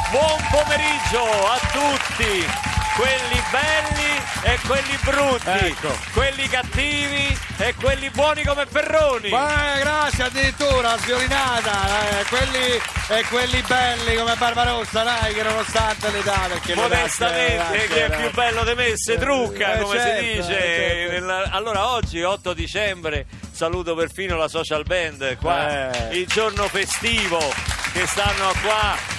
Buon pomeriggio a tutti, quelli belli e quelli brutti, ecco, quelli cattivi e quelli buoni come Perroni. Grazie, addirittura sviolinata, quelli belli come Barbarossa, dai, che nonostante l'età, perché modestamente chi è più bello di me se trucca, come certo, si dice. certo. Allora oggi 8 dicembre saluto perfino la social band qua, il giorno festivo che stanno qua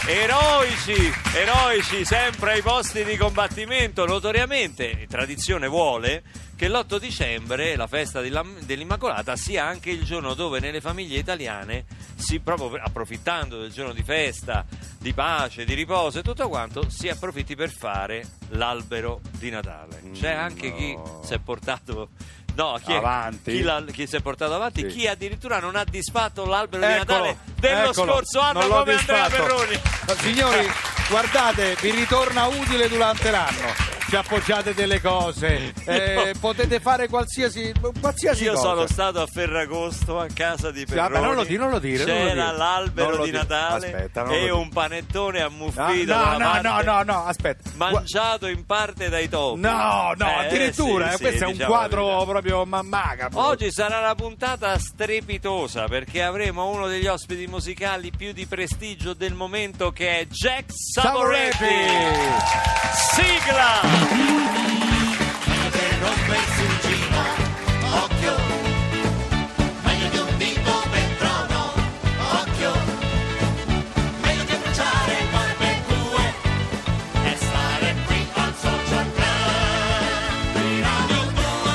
eroici sempre ai posti di combattimento. Notoriamente tradizione vuole che l'8 dicembre, la festa dell'Immacolata, sia anche il giorno dove nelle famiglie italiane proprio approfittando del giorno di festa, di pace, di riposo e tutto quanto, si approfitti per fare l'albero di Natale. C'è anche chi si è portato chi si è portato avanti, sì, chi addirittura non ha disfatto l'albero di Natale dello scorso anno come Andrea Perroni. Signori, guardate, vi ritorna utile durante l'anno. Ci appoggiate delle cose, potete fare qualsiasi Io cosa. sono stato a Ferragosto a casa di Perroni. Non lo dire. C'era l'albero di Natale. Aspetta, e un panettone ammuffito no, aspetta, mangiato in parte dai topi. No, addirittura sì, questo è un quadro proprio macabro. Oggi sarà una puntata strepitosa perché avremo uno degli ospiti musicali più di prestigio del momento, che è Jack Savoretti. Sigla! Meglio che rompersi un gino, occhio. Meglio di un dito per trono, occhio. Meglio che bruciare barbecue e stare qui al Social Club di Radio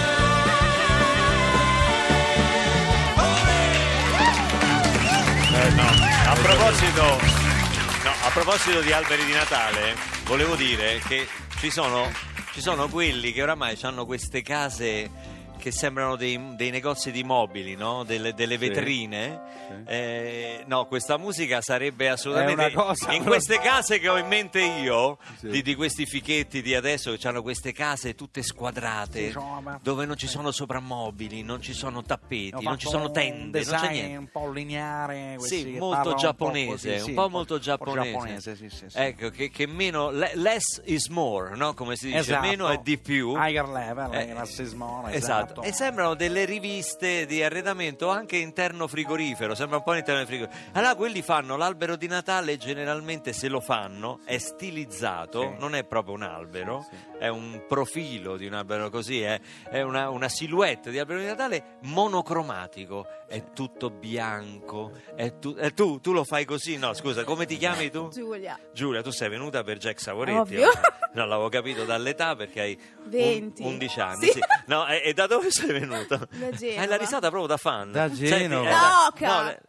2. A proposito di alberi di Natale, volevo dire che ci sono quelli che oramai hanno queste case che sembrano dei negozi di mobili, no? Delle vetrine. Sì. No, questa musica sarebbe assolutamente È una cosa in queste case che ho in mente io, sì, di questi fichetti di adesso che hanno queste case tutte squadrate, dove non ci sono soprammobili, non ci sono tappeti, non ci sono tende, non c'è niente. Un po' lineare, sì, molto giapponese, un po' molto giapponese. Sì. Ecco, che meno less is more, no? Come si dice, esatto, meno è di più. Higher level, less is more, esatto. E sembrano delle riviste di arredamento anche interno frigorifero, sembra un po' all'interno del frigorifero. Allora quelli fanno l'albero di Natale, generalmente se lo fanno è stilizzato, sì, non è proprio un albero, sì, è un profilo di un albero, così è una silhouette di albero di Natale monocromatico, è tutto bianco, tu lo fai così, no scusa, come ti chiami tu? Giulia, tu sei venuta per Jack Savoretti. Ovvio. Non l'avevo capito dall'età perché hai 20. 11 anni, sì. sì. No, e da dove sei venuto? Da Genova. Hai la risata proprio da fan. Da Genova. Da Oca.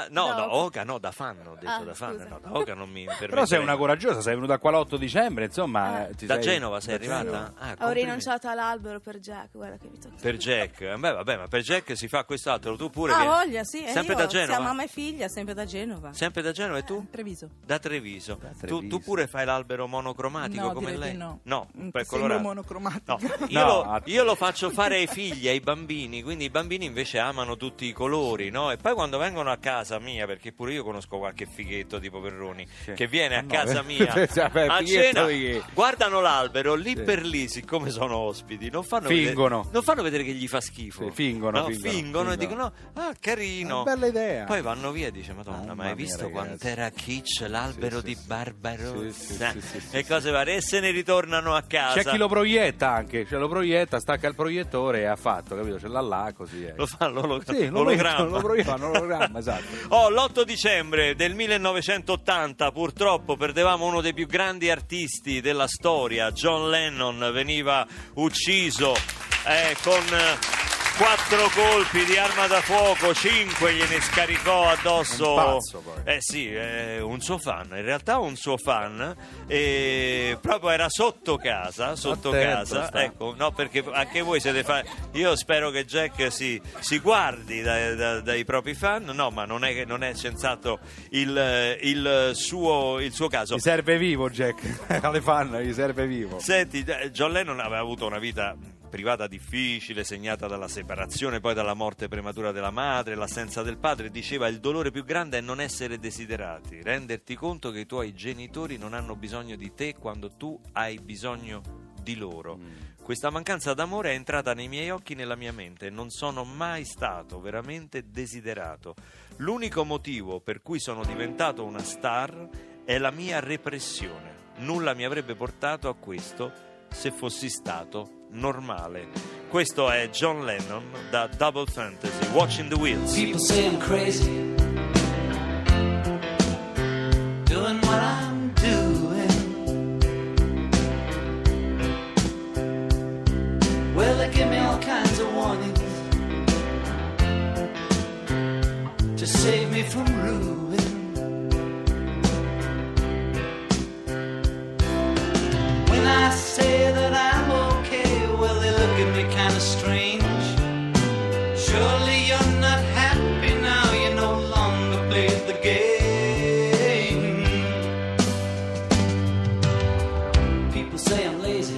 Da fan, ho detto da fan. Scusa. No, da Oca non mi permetterei. Però sei una coraggiosa, sei venuta qua l'8 dicembre, insomma. Genova sei arrivata? Ho rinunciato all'albero per Jack, guarda che mi tocca. Per Jack? Vabbè, ma per Jack si fa quest'altro, tu pure. Ah, che... voglia, sì. Sempre io, da Genova? Sia mamma e figlia, sempre da Genova. Sempre da Genova, e tu? Treviso. Da Treviso. Da Treviso. Tu pure fai l'albero monocromatico, No, come direi lei? di no. No, per Sembra colorato. monocromatico. No, io lo faccio fare ai figli, ai bambini, quindi i bambini invece amano tutti i colori, no? E poi quando vengono a casa mia, perché pure io conosco qualche fighetto tipo Perroni, sì, che viene a casa mia a fighetto cena, guardano l'albero, lì per lì, siccome sono ospiti, non fanno vedere che gli fa schifo. Sì, fingono e dicono, ah, carino. Bella idea. Poi vanno via e dice, Madonna, ma hai visto quant'era kitsch l'albero di Barbarossa? E cose varie, e se ne ritornano a casa. C'è chi lo proietta anche, lo proietta, stacca il proiettore e ha fatto, capito? Ce l'ha là così. Lo fanno sì, l'ologramma. Lo proiettano l'ologramma, esatto. L'8 dicembre del 1980 purtroppo perdevamo uno dei più grandi artisti della storia. John Lennon veniva ucciso con 4 colpi di arma da fuoco, 5 gliene scaricò addosso. Un pazzo, poi. Sì, un suo fan, in realtà un suo fan, e proprio era sotto casa, ecco, no, perché anche voi siete fan. Io spero che Jack si guardi dai propri fan, no, ma non è senz'altro il suo caso. Gli serve vivo Jack, alle fan gli serve vivo. Senti, John Lennon aveva avuto una vita privata difficile, segnata dalla separazione, poi dalla morte prematura della madre, l'assenza del padre. Diceva: il dolore più grande è non essere desiderati, renderti conto che i tuoi genitori non hanno bisogno di te quando tu hai bisogno di loro. Questa mancanza d'amore è entrata nei miei occhi, nella mia mente, e non sono mai stato veramente desiderato. L'unico motivo per cui sono diventato una star è la mia repressione. Nulla mi avrebbe portato a questo se fossi stato normale. Questo è John Lennon da Double Fantasy, Watching the Wheels. People say I'm crazy, doing what I'm doing. Well, they give me all kinds of warnings to save me from ruin. When I say that I'm okay, well, they look at me kind of strange. Surely you're not happy now, you no longer play the game. People say I'm lazy,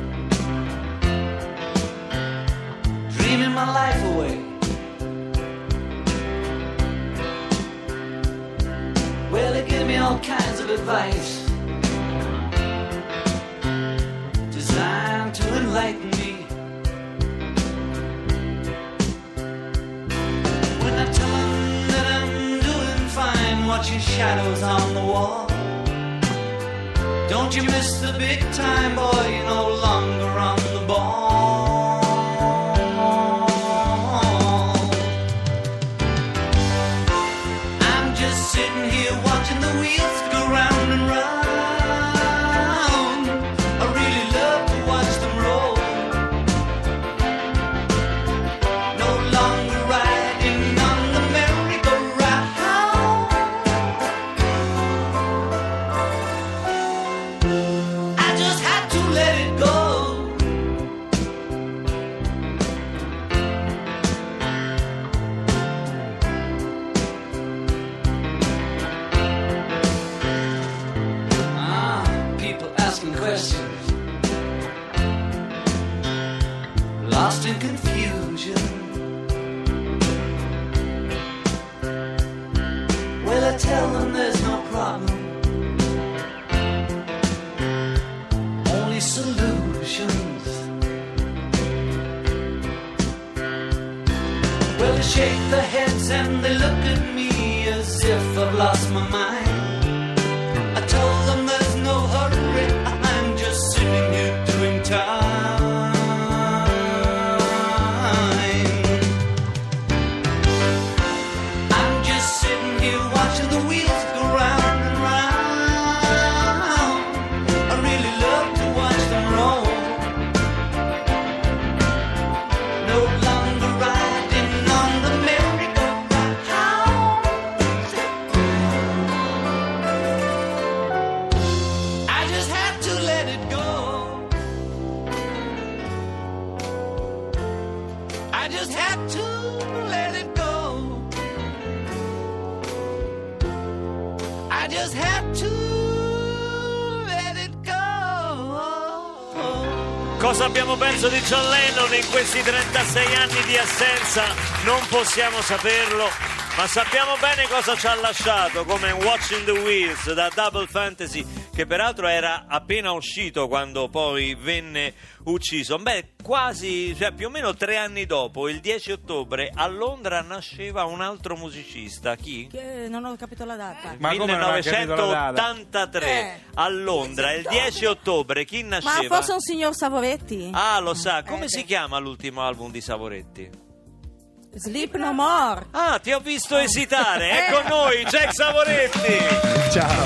dreaming my life away. Well, they give me all kinds of advice designed to enlighten me. When I tell them that I'm doing fine, watching shadows on the wall, don't you miss the big time, boy, you're no longer on the ball. I'm just sitting here watching the wheels go round and round. I really love to watch them roll. No longer riding on the merry-go-round. I just had to let it go. People asking questions, lost in confusion. Well, I tell them there's no problem, only solutions. Well, they shake their heads and they look at me as if I've lost my mind. I told them there's no hurry, I'm just sitting here doing time. I'm just sitting here watching the wheels go round and round. I really love to watch them roll. No longer riding on the merry-go-round. I just had to let it go. I just had to let it go. I just had to let it go. Cosa abbiamo perso di John Lennon in questi 36 anni di assenza? Non possiamo saperlo, ma sappiamo bene cosa ci ha lasciato, come Watching the Wheels da Double Fantasy, che peraltro era appena uscito quando poi venne ucciso. Beh, quasi, cioè più o meno 3 anni dopo, il 10 ottobre, a Londra nasceva un altro musicista. Chi? Che non ho capito la data. Ma come non ha capito la data? 1983 a Londra, il 10 ottobre. Chi Ma nasceva? forse un signor Savoretti? Ah, lo sa. Come si beh. chiama l'ultimo album di Savoretti? Sleep No More. Ah, ti ho visto esitare. È con noi Jack Savoretti. Ciao.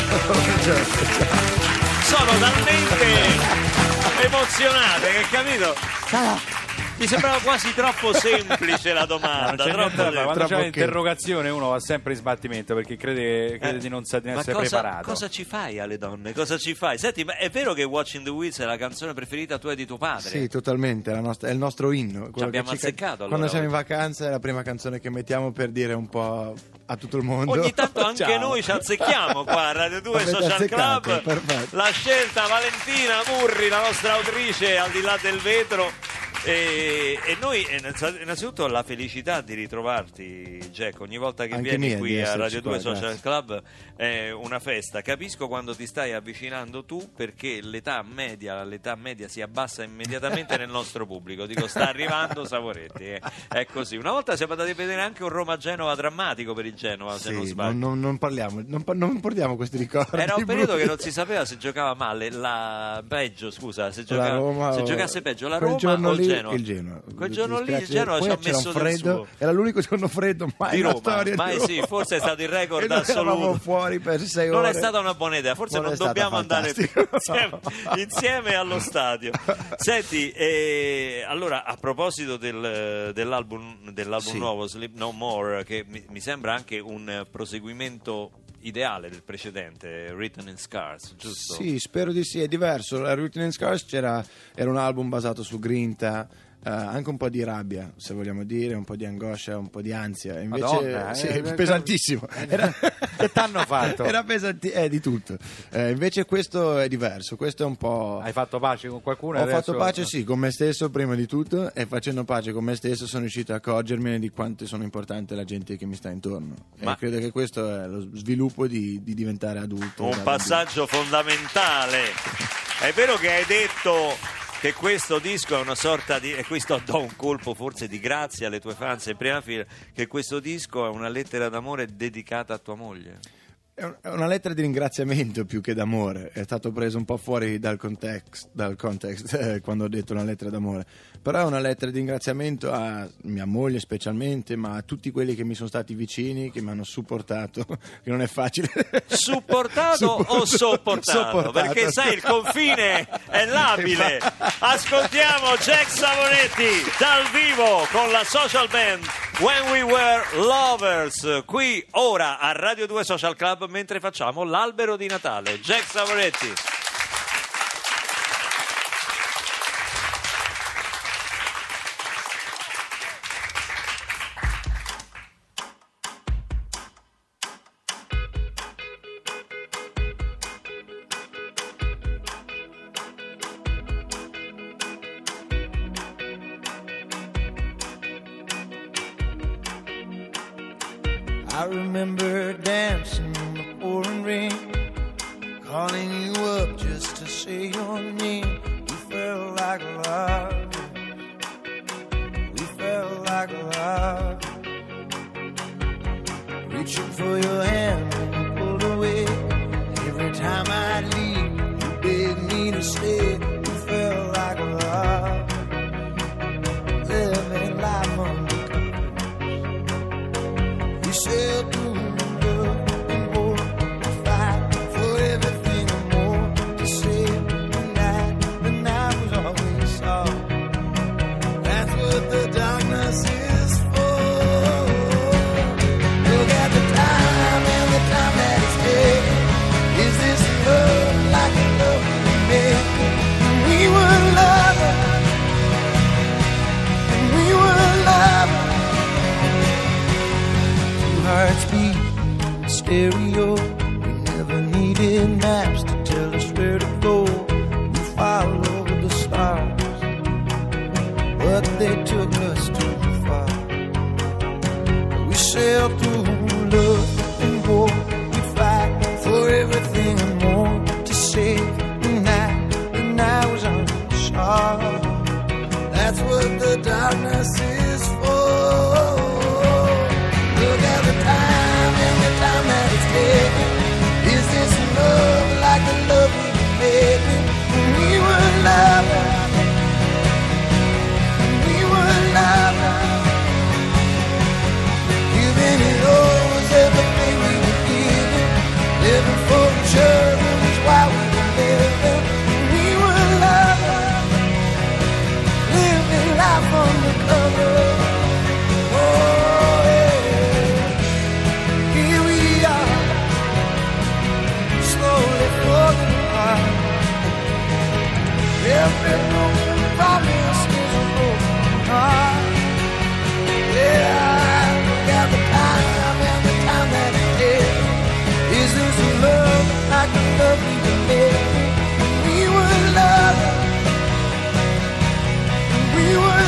Sono talmente emozionate che, capito? Mi sembrava quasi troppo semplice la domanda. Non c'è Troppo niente da fare. Quando c'è Troppo un'interrogazione uno va sempre in sbattimento perché crede di non Ma essere preparato. cosa ci fai alle donne? Cosa ci fai? Senti, ma è vero che Watching the Wheels è la canzone preferita tua e di tuo padre? Sì, totalmente, è il nostro inno. Quello abbiamo che azzeccato, allora, quando siamo in oggi. vacanza è la prima canzone che mettiamo per dire un po' a tutto il mondo. Ogni tanto anche Ciao. noi ci azzecchiamo qua a Radio 2 Avete Social azzeccato, Club. perfetto. La scelta Valentina Murri, la nostra autrice al di là del vetro. E noi innanzitutto la felicità di ritrovarti, Jack, ogni volta che Anche vieni mia, qui di a esserci Radio 2 qua, Social grazie. Club è una festa. Capisco quando ti stai avvicinando tu, perché l'età media si abbassa immediatamente nel nostro pubblico. Dico, sta arrivando Savoretti, è così. Una volta siamo andati a vedere anche un Roma-Genova drammatico per il Genova, se non Sì, sbaglio. non parliamo, non portiamo questi ricordi. Era un periodo brutti. che non si sapeva se giocava male peggio, scusa, se Roma giocasse peggio la quel Roma giorno o lì, Genoa. il Genoa. Quel giorno lì il Dispiace, Genoa ci poi ha c'era messo un del freddo, suo. era l'unico giorno freddo mai Di nella Roma, storia ma di Roma. sì, forse è stato il record E noi eravamo assoluto. fuori per 6 Non ore. è stata una buona idea, forse Non non è stata dobbiamo andare più fantastica. insieme allo stadio. Senti, allora a proposito dell'album Sì. nuovo, Sleep No More, che mi sembra anche un proseguimento ideale del precedente, Written in Scars, giusto? Sì, spero di sì, è diverso. La Routine and Scars era un album basato su grinta, anche un po' di rabbia, se vogliamo dire, un po' di angoscia, un po' di ansia. E invece Madonna, sì, pesantissimo. Che t'hanno fatto? Era pesantissimo, di tutto. Invece questo è diverso, questo è un po'... Hai fatto pace con qualcuno? Ho adesso... fatto pace sì con me stesso prima di tutto, e facendo pace con me stesso sono riuscito a accorgermi di quanto sono importante la gente che mi sta intorno. Ma- E credo che questo è lo sviluppo di diventare adulto. Un passaggio fondamentale. È vero che hai detto che questo disco è una sorta di, e questo do un colpo forse di grazia alle tue fans in prima fila, che questo disco è una lettera d'amore dedicata a tua moglie. È una lettera di ringraziamento più che d'amore, è stato preso un po' fuori dal context quando ho detto una lettera d'amore, però è una lettera di ringraziamento a mia moglie specialmente, ma a tutti quelli che mi sono stati vicini, che mi hanno supportato, che non è facile. Supportato o sopportato? Sopportato. Perché sai, il confine è labile. Ascoltiamo Jack Savoretti dal vivo con la social band When We Were Lovers, qui ora a Radio 2 Social Club, mentre facciamo l'albero di Natale. Jack Savoretti. I remember dancing in the pouring rain, calling you up just to say your name. We felt like lovers. We felt like lovers. Reaching for your hand when you pulled away. Every time I leave, you begged me to stay. We felt like lovers. Living life on the sail through love and war, fight for everything and more. To save the night was always soft. That's what the darkness is for. Look at the time and the time that it's taken. Is this love like the love we made? We were lovers, and we were lovers. Hearts beat in stereo. We never needed maps to tell us where to go. We followed the stars, but they took us too far. We sailed through love and war. We fight for everything and more. To save the night was on the shore. That's what the darkness is for. Look at the time and the time that it's taken. Is this love like the love we were making? When we were lovers, when we were lovers. Giving it all was everything we were giving. Living for each other was why we were living. When we were lovers, living life on the cover. Every broken promise is a broken heart. Yeah, look at the time and the time that it is. Is this love like the love we were living? We were lovers, we were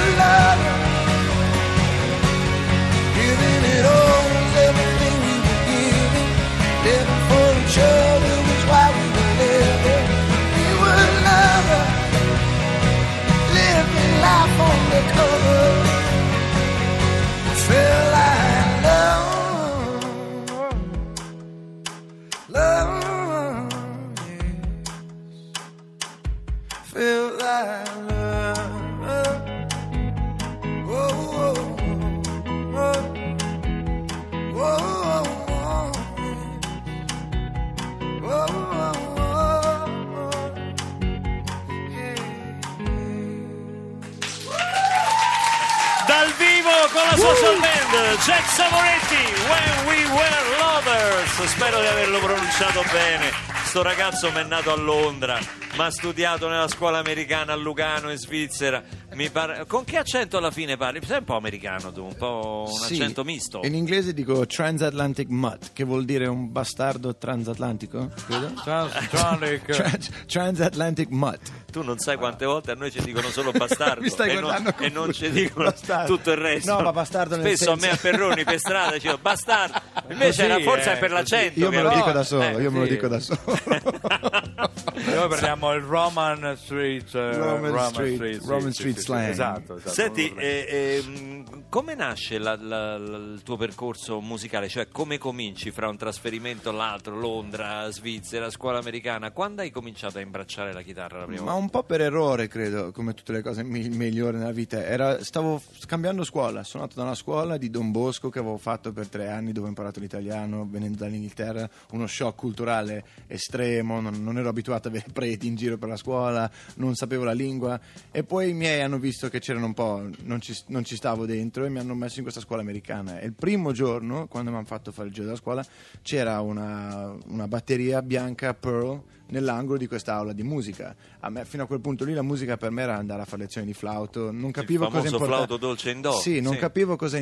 Social Band, Jack Savoretti, When We Were Lovers. Spero di averlo pronunciato bene. Sto ragazzo mi è nato a Londra, ma ha studiato nella scuola americana a Lugano in Svizzera. Con che accento alla fine parli? Sei un po' americano tu, un po' un accento misto. In inglese dico transatlantic mutt, che vuol dire un bastardo transatlantico, credo. Transatlantic mutt. Tu non sai quante volte a noi ci dicono solo bastardo Mi stai guardando e non ci confuso. dicono Bastardo. tutto il resto. No, ma bastardo nel spesso senso- a me a Perroni per strada dicevo bastardo, invece Così, forse è per così. l'accento. Io che me lo no. dico da solo, io me lo sì. dico da solo. Noi parliamo il Roman Street, Roman Street sì, slang. Esatto. Senti, come nasce il tuo percorso musicale? Cioè, come cominci fra un trasferimento e l'altro, Londra, Svizzera, scuola americana? Quando hai cominciato a imbracciare la chitarra la prima Ma volta? un po' per errore, credo, come tutte le cose migliori nella vita. Stavo cambiando scuola, sono andato da una scuola di Don Bosco che avevo fatto per 3 anni, dove ho imparato l'italiano, venendo dall'Inghilterra, uno shock culturale estremo, non ero abituato a avere preti in giro per la scuola, non sapevo la lingua, e poi i miei hanno visto che c'erano un po', non ci stavo dentro, e mi hanno messo in questa scuola americana. E il primo giorno, quando mi hanno fatto fare il giro della scuola, c'era una batteria bianca Pearl nell'angolo di quest'aula di musica. A me fino a quel punto lì la musica per me era andare a fare lezioni di flauto, non capivo il cosa famoso importava. flauto dolce in do. Sì, non capivo cosa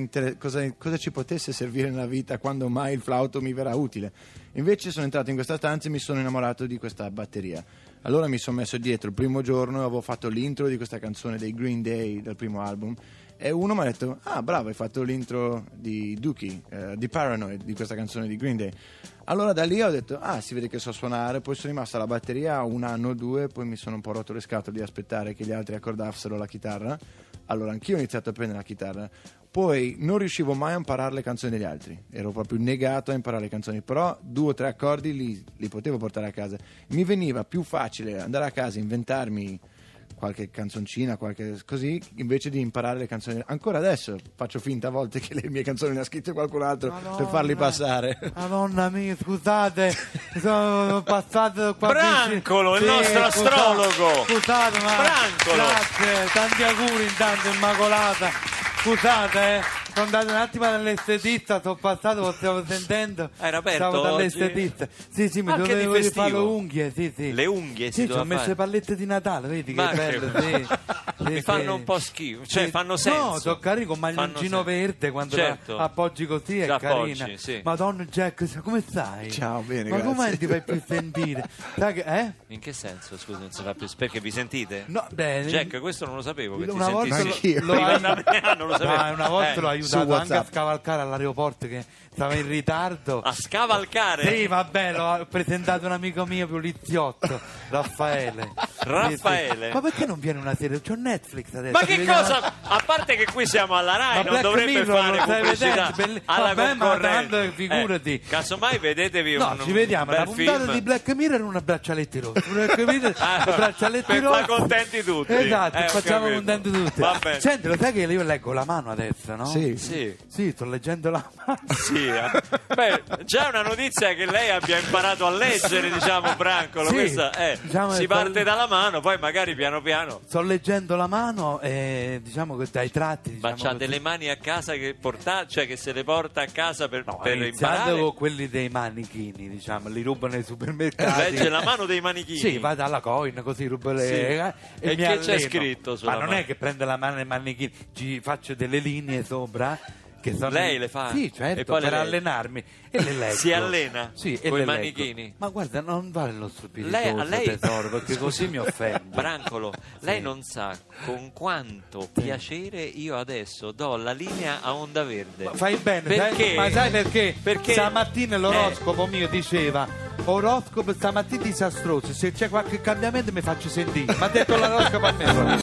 ci potesse servire nella vita, quando mai il flauto mi verrà utile. Invece sono entrato in questa stanza e mi sono innamorato di questa batteria. Allora mi sono messo dietro il primo giorno e avevo fatto l'intro di questa canzone dei Green Day, del primo album, e uno mi ha detto: ah, bravo, hai fatto l'intro di Dookie, di Paranoid, di questa canzone di Green Day. Allora da lì ho detto: ah, si vede che so suonare. Poi sono rimasto alla batteria 1 anno o 2, poi mi sono un po' rotto le scatole di aspettare che gli altri accordassero la chitarra. Allora anch'io ho iniziato a prendere la chitarra. Poi non riuscivo mai a imparare le canzoni degli altri, ero proprio negato a imparare le canzoni, però 2 o 3 accordi li potevo portare a casa. Mi veniva più facile andare a casa e inventarmi qualche canzoncina, qualche così, invece di imparare le canzoni. Ancora adesso faccio finta a volte che le mie canzoni le ha scritte qualcun altro per farli passare. Madonna mia, scusate, sono passato qua Brancolo, il nostro astrologo. Scusate, ma Brancolo. grazie, tanti auguri intanto, Immacolata. Scusate, sono andato un attimo dall'estetista, sono passato, lo stavo sentendo. Era aperto Stavo oggi? dall'estetista. Sì, mi Ma che dovevo di rifare le festivo? unghie, sì. Le unghie si Sì, ci ho doveva messo fare. le pallette di Natale, vedi Ma che bello, che- sì. Mi fanno un po' schifo, cioè fanno senso. No, sono carino con Fanno maglioncino senso. verde, quando Certo. la appoggi così è La carina. appoggi, sì. Madonna Jack, come stai? Ciao, bene, Ma grazie. come ti fai più sentire? Sai che, In che senso, scusa, non si fa più? Perché vi sentite? No, bene. Jack, questo non lo sapevo che Una ti volta sentissi. lo- lo- Prima da me, non lo sapevo. No, una volta l'ho aiutato su anche a WhatsApp. scavalcare all'aeroporto che stava in ritardo. A scavalcare? Sì, vabbè, l'ho presentato un amico mio poliziotto, Raffaele. Raffaele? Sì. Ma perché non viene una serie? C'ho Netflix adesso. Ma ci che vediamo- cosa? A parte che qui siamo alla Rai, Ma non Black dovrebbe Mirror fare lo stai pubblicità vedendo? alla Vabbè, ma concorrenza. tanto figurati. Casomai vedetevi No, un ci vediamo, bel la puntata film. di Black Mirror e una braccialetti rossi. Black Mirror, Ah, braccialetti per rossi. far contenti tutti. Esatto, Ho facciamo capito. contenti tutti. Va bene. Senti, lo sai che io leggo la mano adesso, no? Sì. Sì. Sì, sto leggendo la mano. Sì, beh, già è una notizia che lei abbia imparato a leggere, diciamo, Brancolo. Sì, Questa è, diciamo si che parte dalla mano, poi magari piano piano. Sto leggendo la mano e diciamo che dai tratti. Ma Diciamo c'ha delle mani a casa che porta, cioè che se le porta a casa per iniziando imparare. con quelli dei manichini, diciamo, li rubano nei supermercati. Legge la mano dei manichini. Sì, vado alla coin, così rubo le... Sì. e E mi che c'è alleno. scritto sulla Ma non mano? è che prendo la mano nei manichini, ci faccio delle linee sopra. Che sono... Lei le fa? Sì, certo, E poi le per legge? allenarmi. E le leggo. Si allena? Sì, e Coi le manichini? leggo. Ma guarda, non vale lo Lei, spiritoso, a lei tesoro, perché così mi offende. Brancolo, lei non sa con quanto piacere io adesso do la linea a Onda Verde. Ma fai bene, Perché? ma sai perché? Perché Stamattina l'oroscopo mio diceva: oroscopo stamattina disastroso, se c'è qualche cambiamento mi faccio sentire. Ma ha detto l'oroscopo a me.